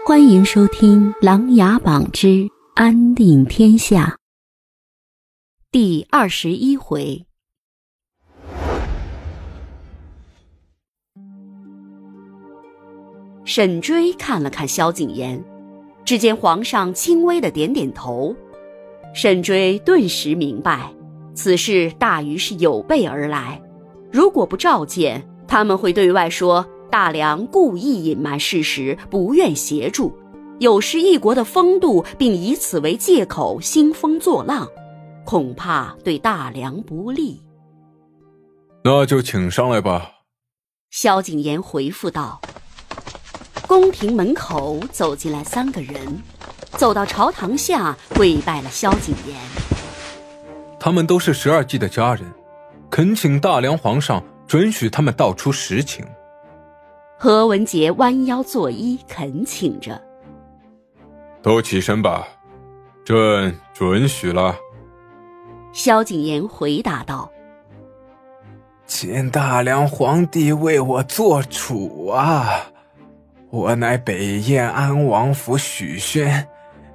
欢迎收听《琅琊榜之安定天下》第21回。沈追看了看萧景琰，只见皇上轻微的点点头。沈追顿时明白，此事大于是有备而来，如果不召见，他们会对外说大梁故意隐瞒事实，不愿协助，有失一国的风度，并以此为借口兴风作浪，恐怕对大梁不利。 那就请上来吧。 萧景琰回复道。宫廷门口走进来3个人，走到朝堂下跪拜了萧景琰。 他们都是12骑的家人，恳请大梁皇上准许他们道出实情。 何文杰弯腰作揖恳请着。 都起身吧，朕准许了。 萧景琰回答道。 请大梁皇帝为我做主啊！我乃北燕安王府许宣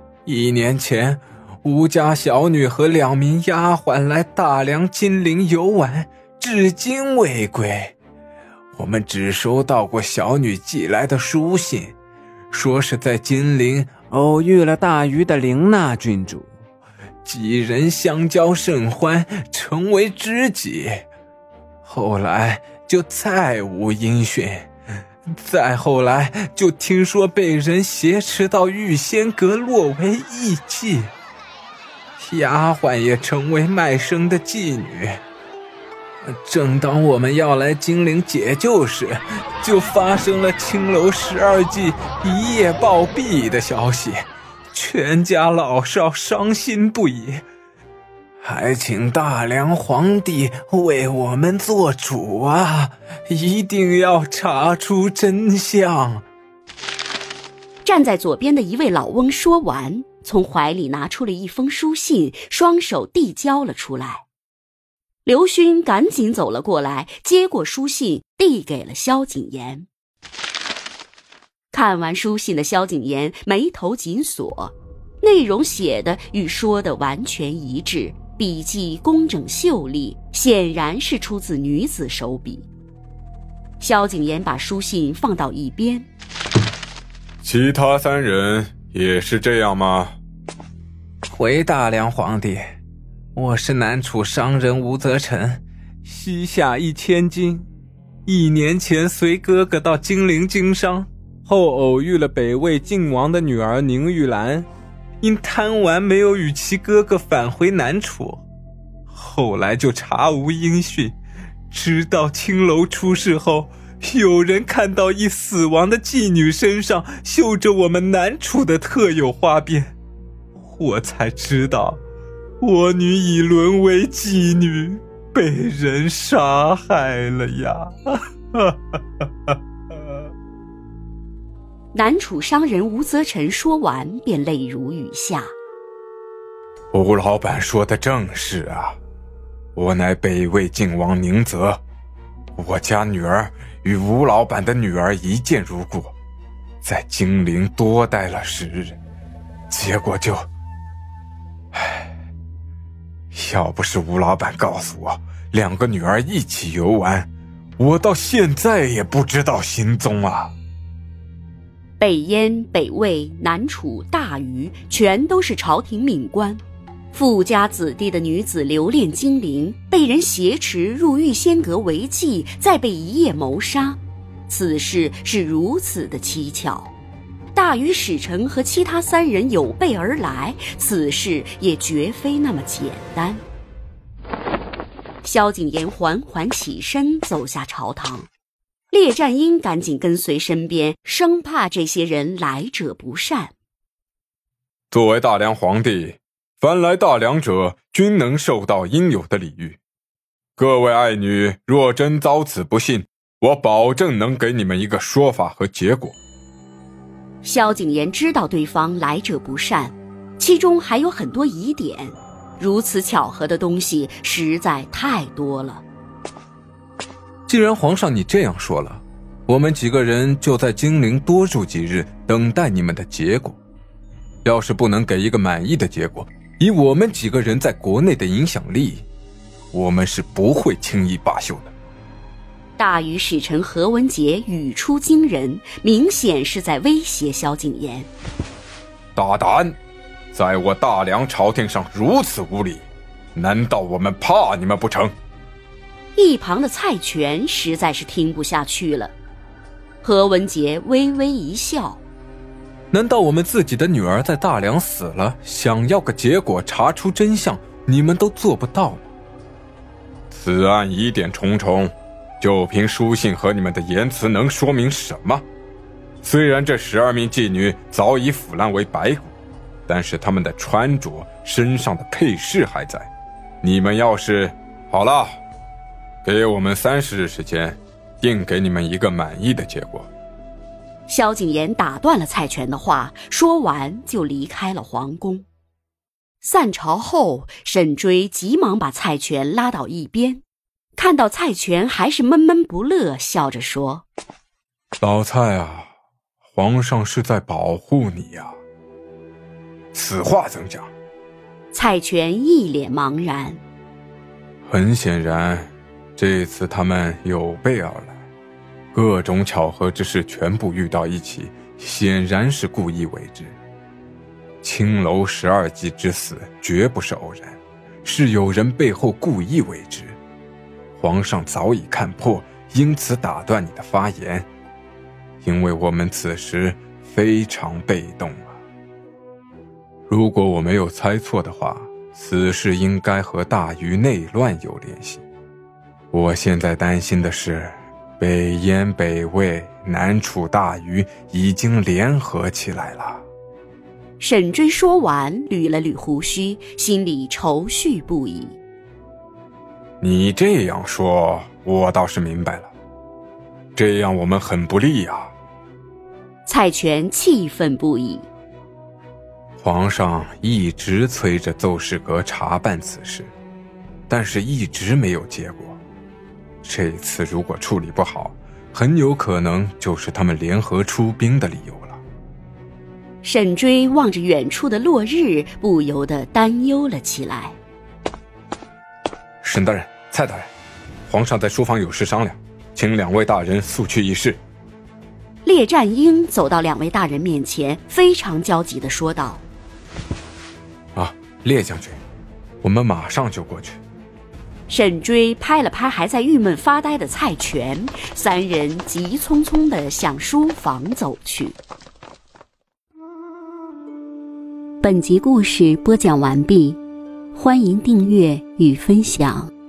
，1年前吴家小女和2名丫鬟来大梁金陵游玩，至今未归。我们只收到过小女寄来的书信，说是在金陵偶遇了大禹的凌纳郡主，几人相交甚欢，成为知己。后来就再无音讯，再后来就听说被人挟持到玉仙阁落为艺妓，丫鬟也成为卖身的妓女。正当我们要来金陵解救时，就发生了青楼12妓一夜暴毙的消息，全家老少伤心不已，还请大梁皇帝为我们做主啊，一定要查出真相。 站在左边的一位老翁说完，从怀里拿出了一封书信，双手递交了出来。刘勋赶紧走了过来，接过书信递给了萧景琰。看完书信的萧景琰眉头紧锁，内容写的与说的完全一致，笔迹工整秀丽，显然是出自女子手笔。萧景琰把书信放到一边。 其他3人也是这样吗？ 回大梁皇帝，我是南楚商人吴泽臣，膝下1000金。1年前随哥哥到金陵经商，后偶遇了北魏晋王的女儿宁玉兰，因贪玩没有与其哥哥返回南楚，后来就查无音讯，直到青楼出事后，有人看到一死亡的妓女身上绣着我们南楚的特有花边，我才知道我女已沦为妓女，被人杀害了呀！ 南楚商人吴泽臣说完便泪如雨下。 吴老板说的正是啊，我乃北魏晋王宁泽，我家女儿与吴老板的女儿一见如故，在金陵多待了10日，结果就……要不是吴老板告诉我2个女儿一起游玩，我到现在也不知道行踪啊。 北燕、北魏、南楚、大禹全都是朝廷命官，富家子弟的女子留恋金陵，被人挟持入玉仙阁为妓，再被一夜谋杀，此事是如此的蹊跷。大禹使臣和其他3人有备而来，此事也绝非那么简单。萧景琰缓缓起身走下朝堂，列战英赶紧跟随身边，生怕这些人来者不善。 作为大梁皇帝，凡来大梁者均能受到应有的礼遇，各位爱女若真遭此不幸，我保证能给你们一个说法和结果。 萧景琰知道对方来者不善，其中还有很多疑点，如此巧合的东西实在太多了。 既然皇上你这样说了， 我们几个人就在金陵多住几日，等待你们的结果。要是不能给一个满意的结果，以我们几个人在国内的影响力，我们是不会轻易罢休的。 大禹使臣何文杰语出惊人，明显是在威胁萧景琰。 大胆，在我大梁朝廷上如此无礼，难道我们怕你们不成？ 一旁的蔡全实在是听不下去了。何文杰微微一笑， 难道我们自己的女儿在大梁死了，想要个结果，查出真相，你们都做不到吗？ 此案疑点重重，就凭书信和你们的言辞能说明什么？虽然这12名妓女早已腐烂为白骨，但是她们的穿着、身上的配饰还在。你们要是好了，给我们30日时间，定给你们一个满意的结果。 萧景琰打断了蔡全的话，说完就离开了皇宫。散朝后，沈追急忙把蔡全拉到一边，看到蔡全还是闷闷不乐，笑着说： 老蔡啊，皇上是在保护你呀。 此话怎讲？ 蔡全一脸茫然。 很显然，这次他们有备而来，各种巧合之事全部遇到一起，显然是故意为之。青楼12妓之死绝不是偶然，是有人背后故意为之。皇上早已看破，因此打断你的发言，因为我们此时非常被动啊。如果我没有猜错的话，此事应该和大禹内乱有联系。我现在担心的是，北燕、北魏、南楚、大禹已经联合起来了。 沈追说完，捋了捋胡须，心里愁绪不已。 你这样说，我倒是明白了。这样我们很不利啊。 蔡全气愤不已。 皇上一直催着奏事阁查办此事，但是一直没有结果。这次如果处理不好，很有可能就是他们联合出兵的理由了。 沈追望着远处的落日，不由得担忧了起来。 沈大人、蔡大人，皇上在书房有事商量，请2位大人速去议事。 列战英走到2位大人面前，非常焦急地说道： 列将军，我们马上就过去。 沈追拍了拍还在郁闷发呆的蔡全，3人急匆匆地向书房走去。本集故事播讲完毕，欢迎订阅与分享。